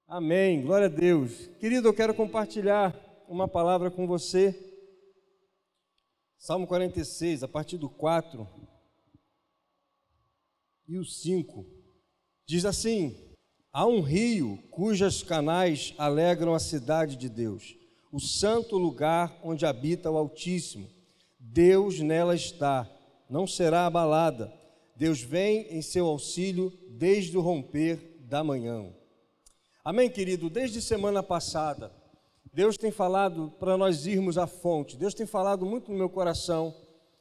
Amém, glória a Deus. Querido, eu quero compartilhar uma palavra com você. Salmo 46, a partir do 4 e o 5, diz assim: há um rio cujas canais alegram a cidade de Deus, o santo lugar onde habita o Altíssimo. Deus nela está, não será abalada. Deus vem em seu auxílio desde o romper da manhã. Amém, querido? Desde semana passada, Deus tem falado para nós irmos à fonte. Deus tem falado muito no meu coração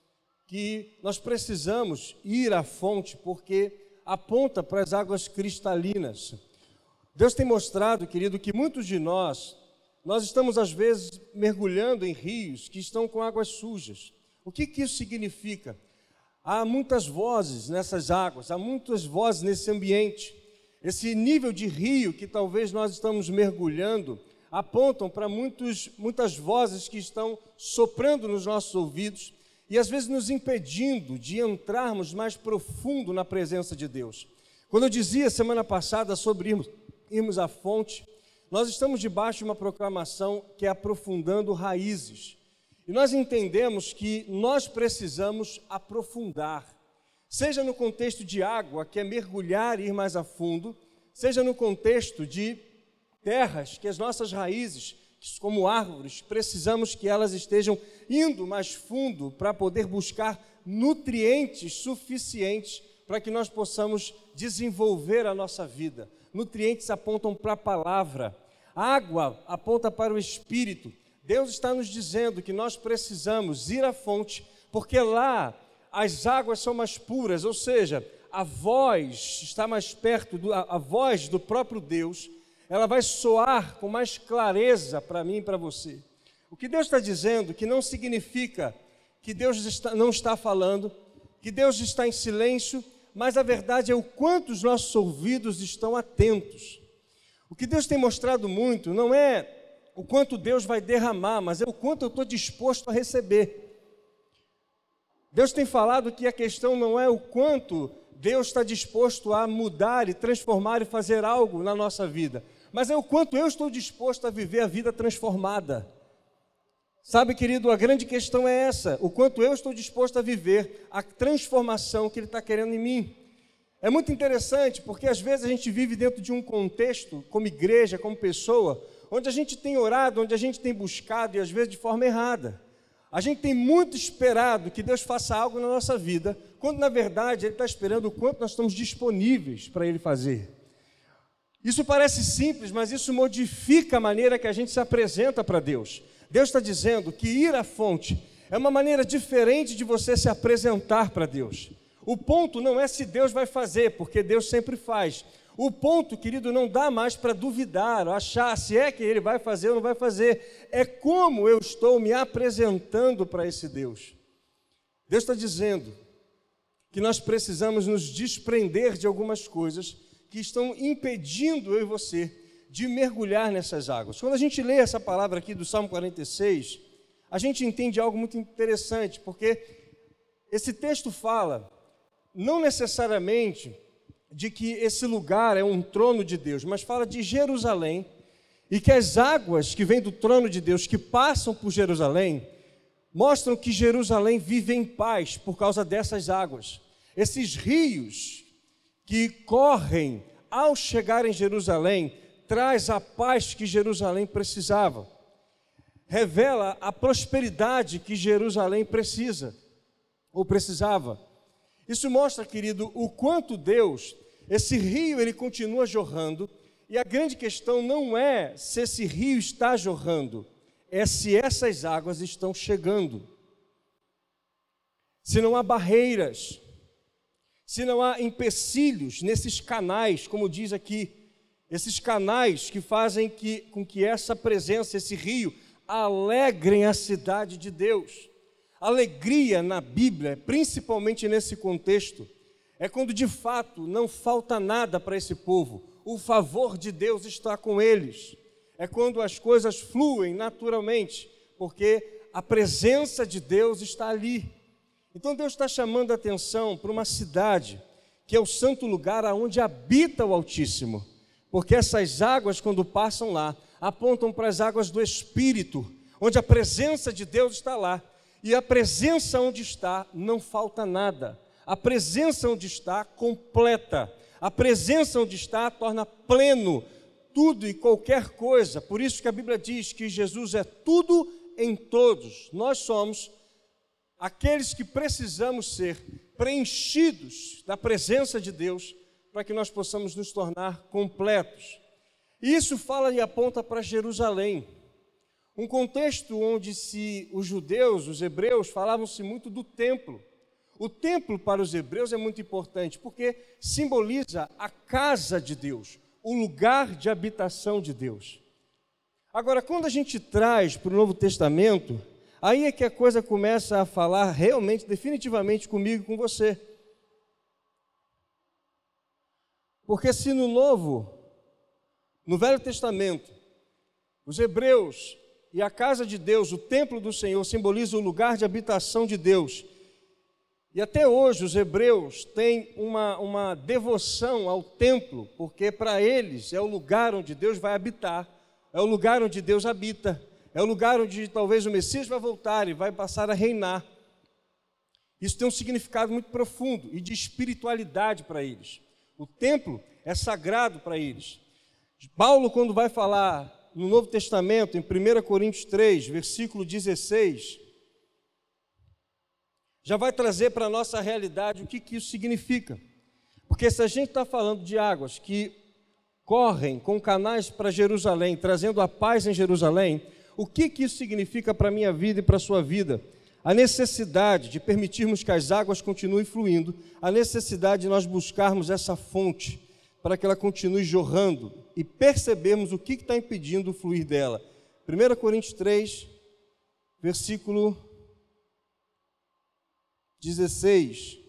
que nós precisamos ir à fonte porque aponta para as águas cristalinas. Deus tem mostrado, querido, que muitos de nós estamos às vezes mergulhando em rios que estão com águas sujas. O que isso significa? Há muitas vozes nessas águas, há muitas vozes nesse ambiente. Esse nível de rio que talvez nós estamos mergulhando apontam para muitas vozes que estão soprando nos nossos ouvidos e às vezes nos impedindo de entrarmos mais profundo na presença de Deus. Quando eu dizia semana passada sobre irmos à fonte, nós estamos debaixo de uma proclamação que é aprofundando raízes. E nós entendemos que nós precisamos aprofundar. Seja no contexto de água, que é mergulhar e ir mais a fundo, seja no contexto de terras, que as nossas raízes, como árvores, precisamos que elas estejam indo mais fundo para poder buscar nutrientes suficientes para que nós possamos desenvolver a nossa vida. Nutrientes apontam para a palavra, água aponta para o Espírito. Deus está nos dizendo que nós precisamos ir à fonte, porque lá as águas são mais puras, ou seja, a voz está mais perto, a voz do próprio Deus, ela vai soar com mais clareza para mim e para você. O que Deus está dizendo que não significa que Deus não está falando, que Deus está em silêncio, mas a verdade é o quanto os nossos ouvidos estão atentos. O que Deus tem mostrado muito não é o quanto Deus vai derramar, mas é o quanto eu estou disposto a receber. Deus tem falado que a questão não é o quanto Deus está disposto a mudar e transformar e fazer algo na nossa vida, mas é o quanto eu estou disposto a viver a vida transformada. Sabe, querido, a grande questão é essa, o quanto eu estou disposto a viver a transformação que Ele está querendo em mim. É muito interessante, porque às vezes a gente vive dentro de um contexto, como igreja, como pessoa, onde a gente tem orado, onde a gente tem buscado, e às vezes de forma errada. A gente tem muito esperado que Deus faça algo na nossa vida, quando na verdade Ele está esperando o quanto nós estamos disponíveis para Ele fazer. Isso parece simples, mas isso modifica a maneira que a gente se apresenta para Deus. Deus está dizendo que ir à fonte é uma maneira diferente de você se apresentar para Deus. O ponto não é se Deus vai fazer, porque Deus sempre faz. O ponto, querido, não dá mais para duvidar, achar se é que Ele vai fazer ou não vai fazer. É como eu estou me apresentando para esse Deus. Deus está dizendo que nós precisamos nos desprender de algumas coisas que estão impedindo eu e você de mergulhar nessas águas. Quando a gente lê essa palavra aqui do Salmo 46, a gente entende algo muito interessante, porque esse texto fala, não necessariamente de que esse lugar é um trono de Deus, mas fala de Jerusalém, e que as águas que vêm do trono de Deus, que passam por Jerusalém, mostram que Jerusalém vive em paz por causa dessas águas. Esses rios que correm ao chegar em Jerusalém, traz a paz que Jerusalém precisava. Revela a prosperidade que Jerusalém precisa, ou precisava. Isso mostra, querido, o quanto Deus, esse rio, ele continua jorrando, e a grande questão não é se esse rio está jorrando, é se essas águas estão chegando. Se não há barreiras, se não há empecilhos nesses canais, como diz aqui, esses canais que fazem com que essa presença, esse rio, alegrem a cidade de Deus. Alegria na Bíblia, principalmente nesse contexto, é quando de fato não falta nada para esse povo, o favor de Deus está com eles, é quando as coisas fluem naturalmente, porque a presença de Deus está ali. Então Deus está chamando a atenção para uma cidade que é o santo lugar aonde habita o Altíssimo. Porque essas águas, quando passam lá, apontam para as águas do Espírito, onde a presença de Deus está lá. E a presença onde está, não falta nada. A presença onde está, completa. A presença onde está, torna pleno tudo e qualquer coisa. Por isso que a Bíblia diz que Jesus é tudo em todos. Nós somos aqueles que precisamos ser preenchidos da presença de Deus para que nós possamos nos tornar completos. E isso fala e aponta para Jerusalém. Um contexto onde os judeus, os hebreus, falavam-se muito do templo. O templo para os hebreus é muito importante porque simboliza a casa de Deus, o lugar de habitação de Deus. Agora, quando a gente traz para o Novo Testamento, aí é que a coisa começa a falar realmente, definitivamente comigo e com você. Porque se no Velho Testamento, os hebreus e a casa de Deus, o templo do Senhor, simbolizam o lugar de habitação de Deus. E até hoje os hebreus têm uma devoção ao templo, porque para eles é o lugar onde Deus vai habitar, é o lugar onde Deus habita, é o lugar onde talvez o Messias vai voltar e vai passar a reinar. Isso tem um significado muito profundo e de espiritualidade para eles. O templo é sagrado para eles. Paulo, quando vai falar no Novo Testamento, em 1 Coríntios 3, versículo 16, já vai trazer para a nossa realidade o que isso significa. Porque se a gente está falando de águas que correm com canais para Jerusalém, trazendo a paz em Jerusalém, o que isso significa para a minha vida e para a sua vida? A necessidade de permitirmos que as águas continuem fluindo, a necessidade de nós buscarmos essa fonte para que ela continue jorrando e percebermos o que está impedindo o fluir dela. 1 Coríntios 3, versículo 16,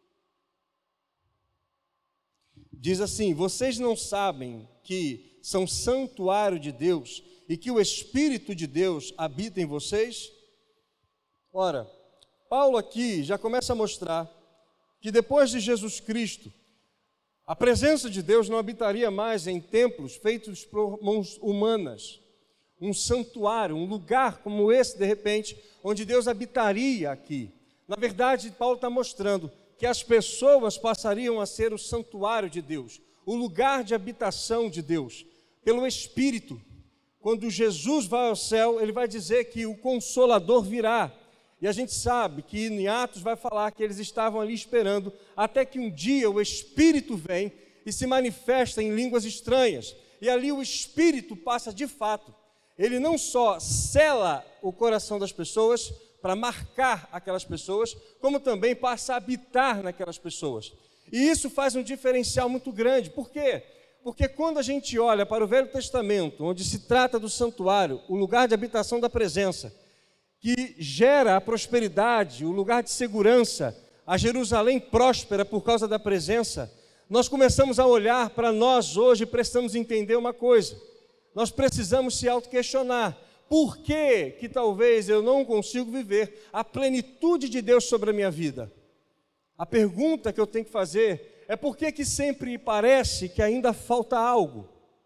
diz assim: vocês não sabem que são santuário de Deus e que o Espírito de Deus habita em vocês? Ora, Paulo aqui já começa a mostrar que depois de Jesus Cristo, a presença de Deus não habitaria mais em templos feitos por mãos humanas, um santuário, um lugar como esse, de repente, onde Deus habitaria aqui. Na verdade, Paulo está mostrando que as pessoas passariam a ser o santuário de Deus, o lugar de habitação de Deus, pelo Espírito. Quando Jesus vai ao céu, ele vai dizer que o Consolador virá. E a gente sabe que em Atos vai falar que eles estavam ali esperando até que um dia o Espírito vem e se manifesta em línguas estranhas. E ali o Espírito passa de fato. Ele não só sela o coração das pessoas para marcar aquelas pessoas, como também passa a habitar naquelas pessoas. E isso faz um diferencial muito grande. Por quê? Porque quando a gente olha para o Velho Testamento, onde se trata do santuário, o lugar de habitação da presença, que gera a prosperidade, o lugar de segurança, a Jerusalém próspera por causa da presença, nós começamos a olhar para nós hoje e precisamos entender uma coisa. Nós precisamos se auto-questionar. Por que talvez eu não consigo viver a plenitude de Deus sobre a minha vida? A pergunta que eu tenho que fazer é por que sempre parece que ainda falta algo?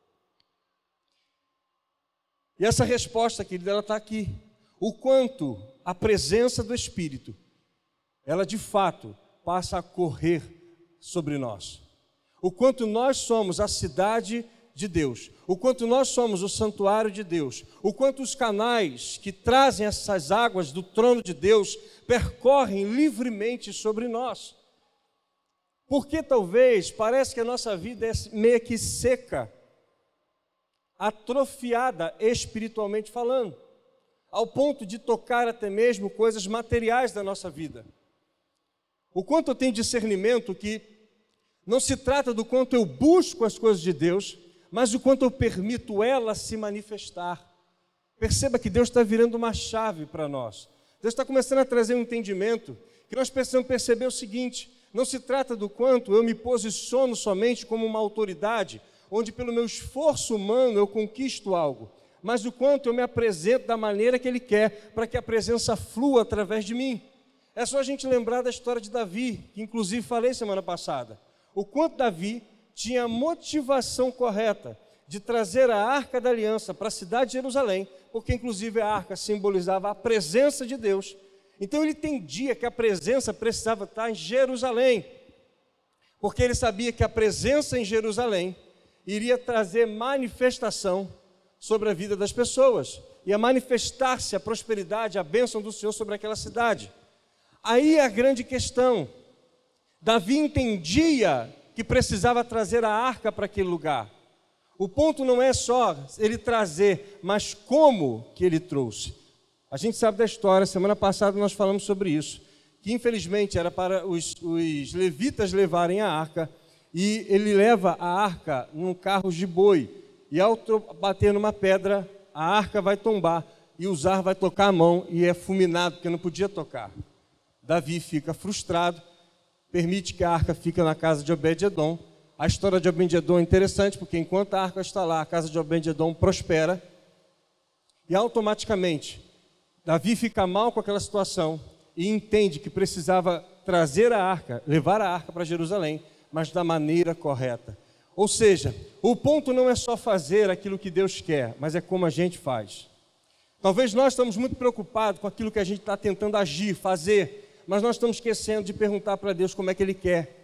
E essa resposta, querida, ela está aqui. O quanto a presença do Espírito, ela de fato passa a correr sobre nós. O quanto nós somos a cidade de Deus, o quanto nós somos o santuário de Deus, o quanto os canais que trazem essas águas do trono de Deus percorrem livremente sobre nós. Porque talvez parece que a nossa vida é meio que seca, atrofiada espiritualmente falando, ao ponto de tocar até mesmo coisas materiais da nossa vida. O quanto eu tenho discernimento que não se trata do quanto eu busco as coisas de Deus, mas o quanto eu permito ela se manifestar. Perceba que Deus está virando uma chave para nós. Deus está começando a trazer um entendimento que nós precisamos perceber o seguinte: não se trata do quanto eu me posiciono somente como uma autoridade, onde pelo meu esforço humano eu conquisto algo, mas do quanto eu me apresento da maneira que Ele quer, para que a presença flua através de mim. É só a gente lembrar da história de Davi, que inclusive falei semana passada. O quanto Davi tinha a motivação correta de trazer a Arca da Aliança para a cidade de Jerusalém, porque inclusive a arca simbolizava a presença de Deus. Então ele entendia que a presença precisava estar em Jerusalém, porque ele sabia que a presença em Jerusalém iria trazer manifestação sobre a vida das pessoas, ia manifestar-se a prosperidade, a bênção do Senhor sobre aquela cidade. Aí a grande questão, Davi entendia que precisava trazer a arca para aquele lugar. O ponto não é só ele trazer, mas como que ele trouxe. A gente sabe da história, semana passada nós falamos sobre isso, que infelizmente era para os levitas levarem a arca, e ele leva a arca num carro de boi, e ao bater numa pedra, a arca vai tombar, e Uzar vai tocar a mão, e é fulminado, porque não podia tocar. Davi fica frustrado, permite que a arca fique na casa de Obed-edom. A história de Obed-edom é interessante, porque enquanto a arca está lá, a casa de Obed-edom prospera, e automaticamente, Davi fica mal com aquela situação, e entende que precisava trazer a arca, levar a arca para Jerusalém, mas da maneira correta. Ou seja, o ponto não é só fazer aquilo que Deus quer, mas é como a gente faz. Talvez nós estamos muito preocupados com aquilo que a gente está tentando agir, fazer, mas nós estamos esquecendo de perguntar para Deus como é que Ele quer.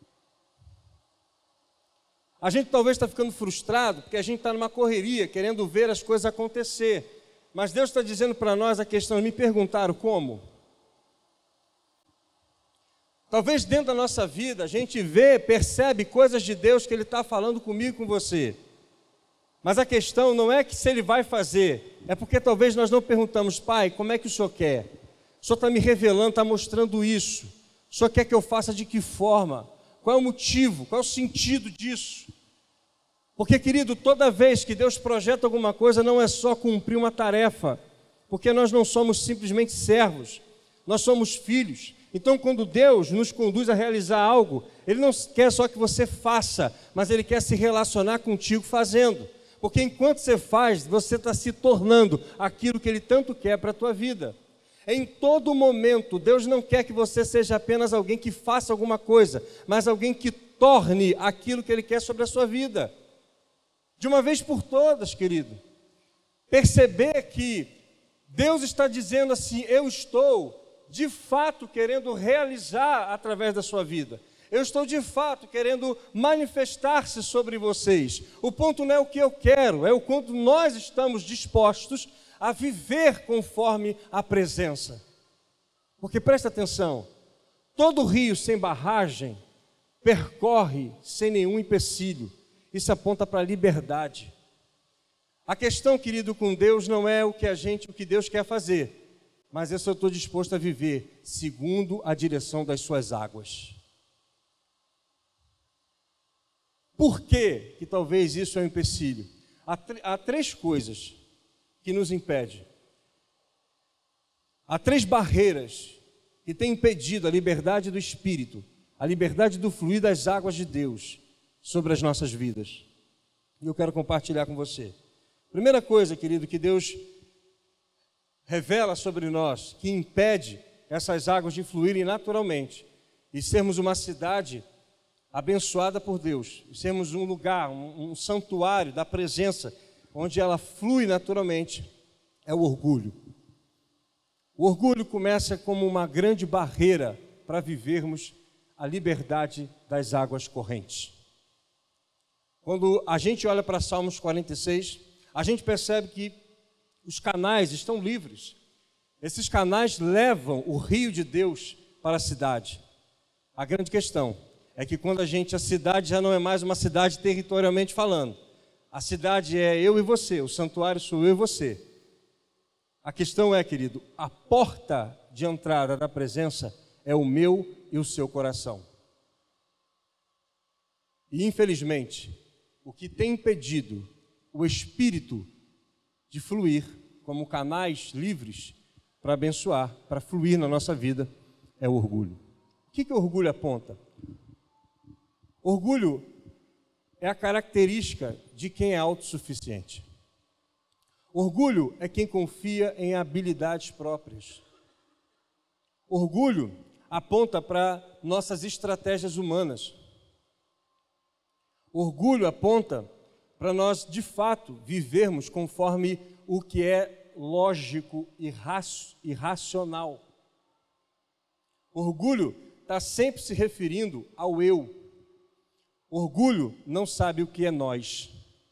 A gente talvez está ficando frustrado porque a gente está numa correria, querendo ver as coisas acontecer. Mas Deus está dizendo para nós a questão, me perguntaram como? Talvez dentro da nossa vida a gente vê, percebe coisas de Deus que Ele está falando comigo e com você. Mas a questão não é que se Ele vai fazer, é porque talvez nós não perguntamos, Pai, como é que o Senhor quer? O Senhor está me revelando, está mostrando isso. O Senhor quer que eu faça de que forma? Qual é o motivo? Qual é o sentido disso? Porque, querido, toda vez que Deus projeta alguma coisa, não é só cumprir uma tarefa, porque nós não somos simplesmente servos, nós somos filhos. Então, quando Deus nos conduz a realizar algo, Ele não quer só que você faça, mas Ele quer se relacionar contigo fazendo. Porque enquanto você faz, você está se tornando aquilo que Ele tanto quer para a tua vida. Em todo momento, Deus não quer que você seja apenas alguém que faça alguma coisa, mas alguém que torne aquilo que Ele quer sobre a sua vida. De uma vez por todas, querido, perceber que Deus está dizendo assim, eu estou de fato querendo realizar através da sua vida. Eu estou de fato querendo manifestar-se sobre vocês. O ponto não é o que eu quero, é o quanto nós estamos dispostos a viver conforme a presença. Porque presta atenção, todo rio sem barragem percorre sem nenhum empecilho. Isso aponta para a liberdade. A questão, querido, com Deus não é o que Deus quer fazer, mas eu estou disposto a viver segundo a direção das suas águas. Por que talvez isso é um empecilho? Há três coisas que nos impedem. Há três barreiras que têm impedido a liberdade do Espírito, a liberdade do fluir das águas de Deus sobre as nossas vidas. E eu quero compartilhar com você. Primeira coisa, querido, que Deus revela sobre nós, que impede essas águas de fluírem naturalmente e sermos uma cidade abençoada por Deus, e sermos um lugar, um santuário da presença, onde ela flui naturalmente, é o orgulho. O orgulho começa como uma grande barreira para vivermos a liberdade das águas correntes. Quando a gente olha para Salmos 46, a gente percebe que os canais estão livres. Esses canais levam o rio de Deus para a cidade. A grande questão é que quando a cidade já não é mais uma cidade territorialmente falando. A cidade é eu e você, o santuário sou eu e você. A questão é, querido, a porta de entrada da presença é o meu e o seu coração. E infelizmente, o que tem impedido o Espírito de fluir como canais livres para abençoar, para fluir na nossa vida, é o orgulho. O que o orgulho aponta? Orgulho é a característica de quem é autossuficiente. Orgulho é quem confia em habilidades próprias. Orgulho aponta para nossas estratégias humanas. Orgulho aponta para nós, de fato, vivermos conforme o que é lógico e racional. Orgulho está sempre se referindo ao eu. Orgulho não sabe o que é nós.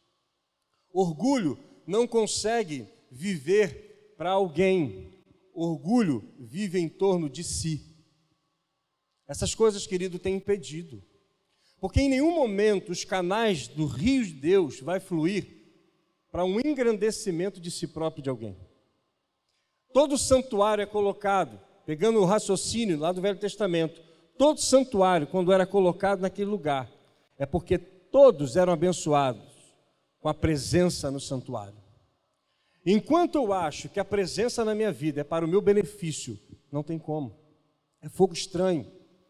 Orgulho não consegue viver para alguém. Orgulho vive em torno de si. Essas coisas, querido, têm impedido. Porque em nenhum momento os canais do rio de Deus vai fluir para um engrandecimento de si próprio de alguém. Todo santuário é colocado, pegando o raciocínio lá do Velho Testamento, todo santuário, quando era colocado naquele lugar, é porque todos eram abençoados com a presença no santuário. Enquanto eu acho que a presença na minha vida é para o meu benefício, não tem como. É fogo estranho,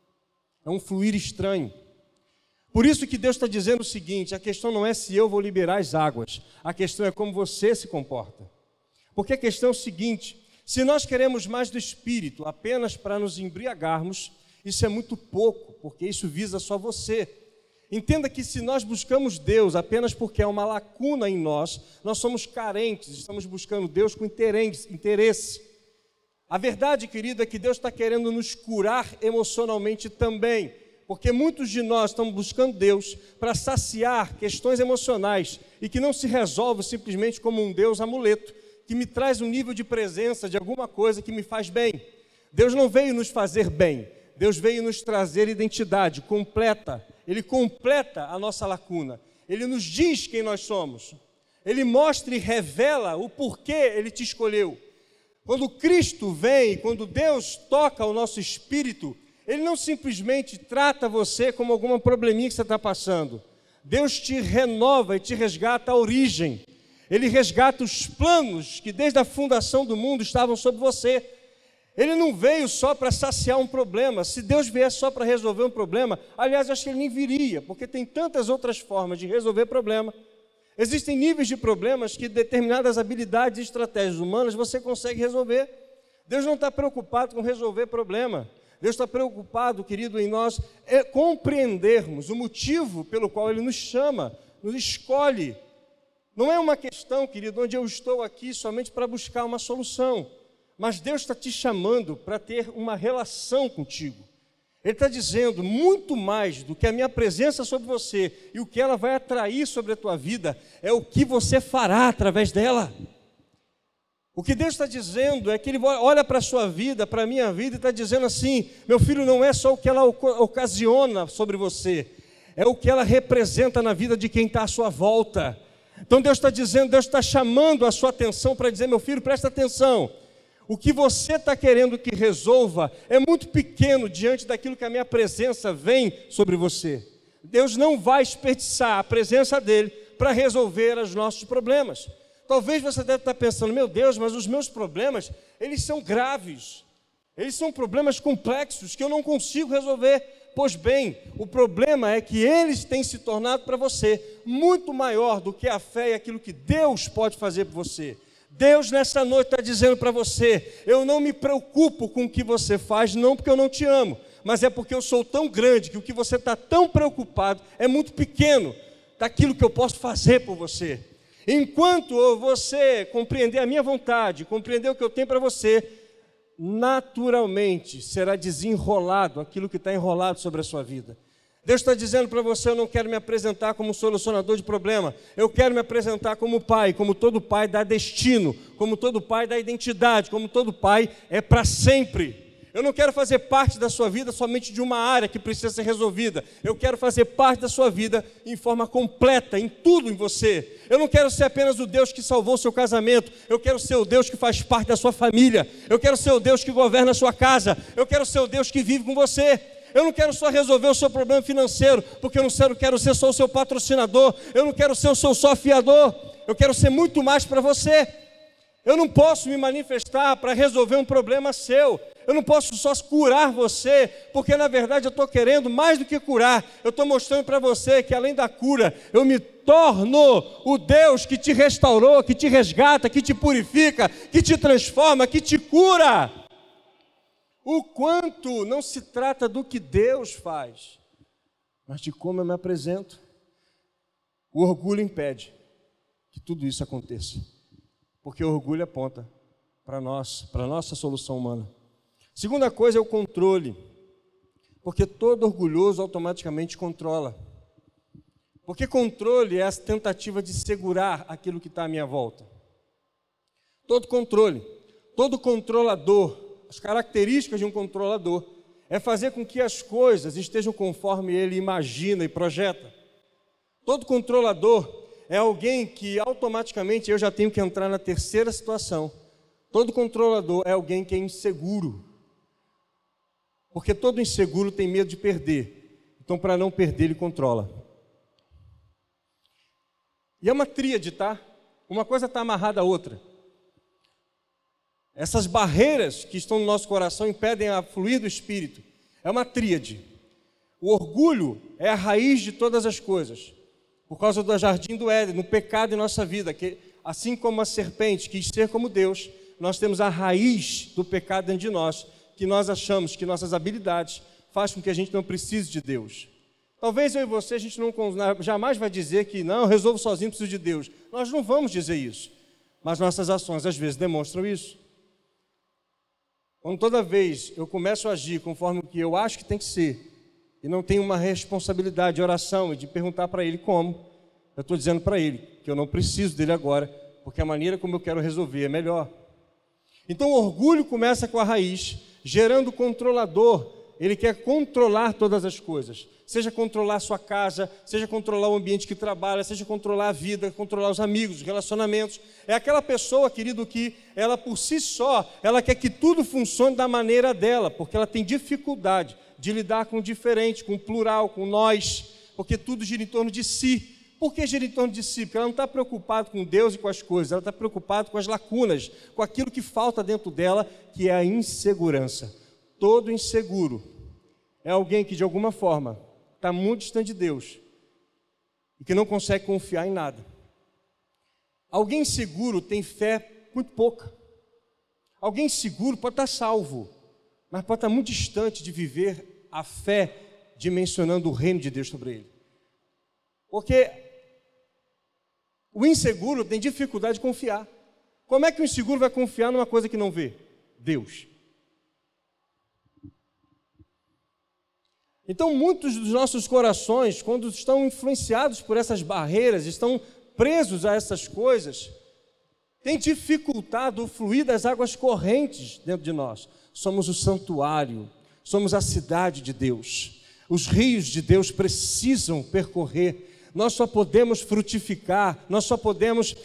é um fluir estranho. Por isso que Deus está dizendo o seguinte: a questão não é se eu vou liberar as águas, a questão é como você se comporta. Porque a questão é o seguinte: se nós queremos mais do Espírito apenas para nos embriagarmos, isso é muito pouco, porque isso visa só você. Entenda que se nós buscamos Deus apenas porque há uma lacuna em nós, nós somos carentes, estamos buscando Deus com interesse. A verdade, querido, é que Deus está querendo nos curar emocionalmente também, porque muitos de nós estamos buscando Deus para saciar questões emocionais e que não se resolve simplesmente como um Deus amuleto, que me traz um nível de presença de alguma coisa que me faz bem. Deus não veio nos fazer bem, Deus veio nos trazer identidade completa. Ele completa a nossa lacuna, Ele nos diz quem nós somos, Ele mostra e revela o porquê Ele te escolheu. Quando Cristo vem, quando Deus toca o nosso espírito, Ele não simplesmente trata você como alguma probleminha que você está passando. Deus te renova e te resgata a origem. Ele resgata os planos que desde a fundação do mundo estavam sobre você. Ele não veio só para saciar um problema. Se Deus viesse só para resolver um problema, aliás, acho que Ele nem viria, porque tem tantas outras formas de resolver problema. Existem níveis de problemas que determinadas habilidades e estratégias humanas você consegue resolver. Deus não está preocupado com resolver problema. Deus está preocupado, querido, em nós compreendermos o motivo pelo qual Ele nos chama, nos escolhe. Não é uma questão, querido, onde eu estou aqui somente para buscar uma solução, mas Deus está te chamando para ter uma relação contigo. Ele está dizendo muito mais do que a minha presença sobre você e o que ela vai atrair sobre a tua vida, é o que você fará através dela. O que Deus está dizendo é que Ele olha para a sua vida, para a minha vida, e está dizendo assim: meu filho, não é só o que ela ocasiona sobre você, é o que ela representa na vida de quem está à sua volta. Então Deus está dizendo, Deus está chamando a sua atenção para dizer: meu filho, presta atenção, o que você está querendo que resolva é muito pequeno diante daquilo que a minha presença vem sobre você. Deus não vai desperdiçar a presença dEle para resolver os nossos problemas. Talvez você deve estar pensando: meu Deus, mas os meus problemas, eles são graves, eles são problemas complexos que eu não consigo resolver. Pois bem, o problema é que eles têm se tornado para você muito maior do que a fé e aquilo que Deus pode fazer por você. Deus nessa noite está dizendo para você: eu não me preocupo com o que você faz, não porque eu não te amo, mas é porque eu sou tão grande que o que você está tão preocupado é muito pequeno daquilo que eu posso fazer por você. Enquanto você compreender a minha vontade, compreender o que eu tenho para você, naturalmente será desenrolado aquilo que está enrolado sobre a sua vida. Deus está dizendo para você: eu não quero me apresentar como solucionador de problema, eu quero me apresentar como pai. Como todo pai dá destino, como todo pai dá identidade, como todo pai é para sempre. Eu não quero fazer parte da sua vida somente de uma área que precisa ser resolvida. Eu quero fazer parte da sua vida em forma completa, em tudo em você. Eu não quero ser apenas o Deus que salvou o seu casamento. Eu quero ser o Deus que faz parte da sua família. Eu quero ser o Deus que governa a sua casa. Eu quero ser o Deus que vive com você. Eu não quero só resolver o seu problema financeiro, porque eu não quero ser só o seu patrocinador. Eu não quero ser o seu só fiador. Eu quero ser muito mais para você. Eu não posso me manifestar para resolver um problema seu. Eu não posso só curar você, porque na verdade eu estou querendo mais do que curar. Eu estou mostrando para você que além da cura, eu me torno o Deus que te restaurou, que te resgata, que te purifica, que te transforma, que te cura. O quanto não se trata do que Deus faz, mas de como eu me apresento. O orgulho impede que tudo isso aconteça, porque o orgulho aponta para nós, para a nossa solução humana. Segunda coisa é o controle, porque todo orgulhoso automaticamente controla. Porque controle é a tentativa de segurar aquilo que está à minha volta. Todo controle, todo controlador, as características de um controlador é fazer com que as coisas estejam conforme ele imagina e projeta. Todo controlador é alguém que automaticamente eu já tenho que entrar na terceira situação. Todo controlador é alguém que é inseguro. Porque todo inseguro tem medo de perder. Então, para não perder, ele controla. E é uma tríade, tá? Uma coisa está amarrada à outra. Essas barreiras que estão no nosso coração impedem a fluir do Espírito. É uma tríade. O orgulho é a raiz de todas as coisas. Por causa do jardim do Éden, no pecado em nossa vida, que assim como a serpente quis ser como Deus, nós temos a raiz do pecado dentro de nós, que nós achamos que nossas habilidades fazem com que a gente não precise de Deus. Talvez eu e você, a gente jamais vai dizer que não, eu resolvo sozinho, preciso de Deus. Nós não vamos dizer isso, mas nossas ações às vezes demonstram isso. Quando toda vez eu começo a agir conforme o que eu acho que tem que ser, e não tenho uma responsabilidade de oração e de perguntar para Ele como, eu estou dizendo para Ele que eu não preciso dele agora, porque a maneira como eu quero resolver é melhor. Então o orgulho começa com a raiz, gerando o controlador. Ele quer controlar todas as coisas, seja controlar a sua casa, seja controlar o ambiente que trabalha, seja controlar a vida, controlar os amigos, os relacionamentos. É aquela pessoa, querido, que ela por si só, ela quer que tudo funcione da maneira dela, porque ela tem dificuldade de lidar com o diferente, com o plural, com nós, porque tudo gira em torno de si. Por que gira em torno de si? Porque ela não está preocupada com Deus e com as coisas, ela está preocupada com as lacunas, com aquilo que falta dentro dela, que é a insegurança. Todo inseguro é alguém que de alguma forma está muito distante de Deus e que não consegue confiar em nada. Alguém inseguro tem fé muito pouca. Alguém inseguro pode estar salvo, mas pode estar muito distante de viver a fé dimensionando o reino de Deus sobre ele. Porque o inseguro tem dificuldade de confiar. Como é que o inseguro vai confiar numa coisa que não vê? Deus. Então, muitos dos nossos corações, quando estão influenciados por essas barreiras, estão presos a essas coisas, têm dificultado o fluir das águas correntes dentro de nós. Somos o santuário, somos a cidade de Deus. Os rios de Deus precisam percorrer. Nós só podemos frutificar, nós só podemos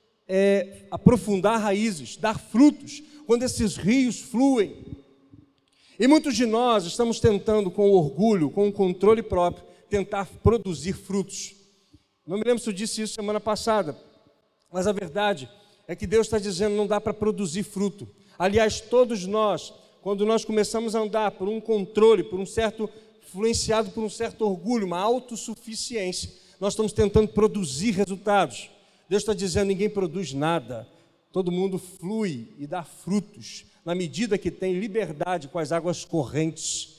aprofundar raízes, dar frutos, quando esses rios fluem. E muitos de nós estamos tentando, com o orgulho, com o controle próprio, tentar produzir frutos. Não me lembro se eu disse isso semana passada, mas a verdade é que Deus está dizendo que não dá para produzir fruto. Aliás, todos nós, quando nós começamos a andar por um controle, influenciado por um certo orgulho, uma autossuficiência, nós estamos tentando produzir resultados. Deus está dizendo, ninguém produz nada, todo mundo flui e dá frutos, na medida que tem liberdade com as águas correntes.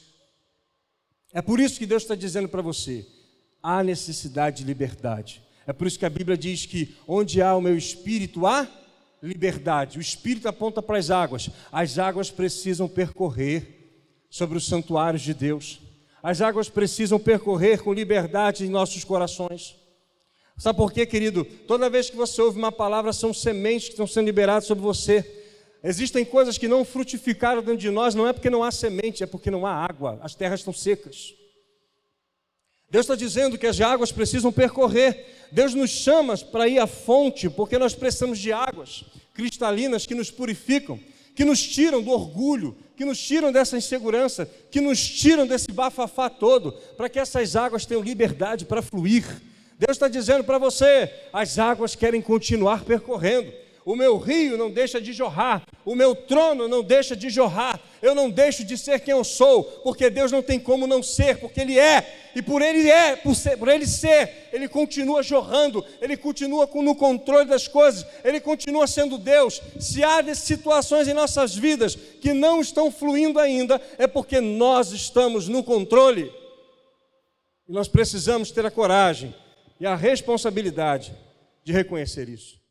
É por isso que Deus está dizendo para você, há necessidade de liberdade. É por isso que a Bíblia diz que onde há o meu espírito, há liberdade. O espírito aponta para as águas precisam percorrer sobre os santuários de Deus. As águas precisam percorrer com liberdade em nossos corações. Sabe por quê, querido? Toda vez que você ouve uma palavra, são sementes que estão sendo liberadas sobre você. Existem coisas que não frutificaram dentro de nós, não é porque não há semente, é porque não há água, as terras estão secas. Deus está dizendo que as águas precisam percorrer. Deus nos chama para ir à fonte, porque nós precisamos de águas cristalinas que nos purificam, que nos tiram do orgulho, que nos tiram dessa insegurança, que nos tiram desse bafafá todo, para que essas águas tenham liberdade para fluir. Deus está dizendo para você, as águas querem continuar percorrendo. O meu rio não deixa de jorrar, o meu trono não deixa de jorrar, eu não deixo de ser quem eu sou, porque Deus não tem como não ser, porque Ele é, e por Ele ser, Ele continua jorrando, Ele continua no controle das coisas, Ele continua sendo Deus. Se há situações em nossas vidas que não estão fluindo ainda, é porque nós estamos no controle, e nós precisamos ter a coragem e a responsabilidade de reconhecer isso.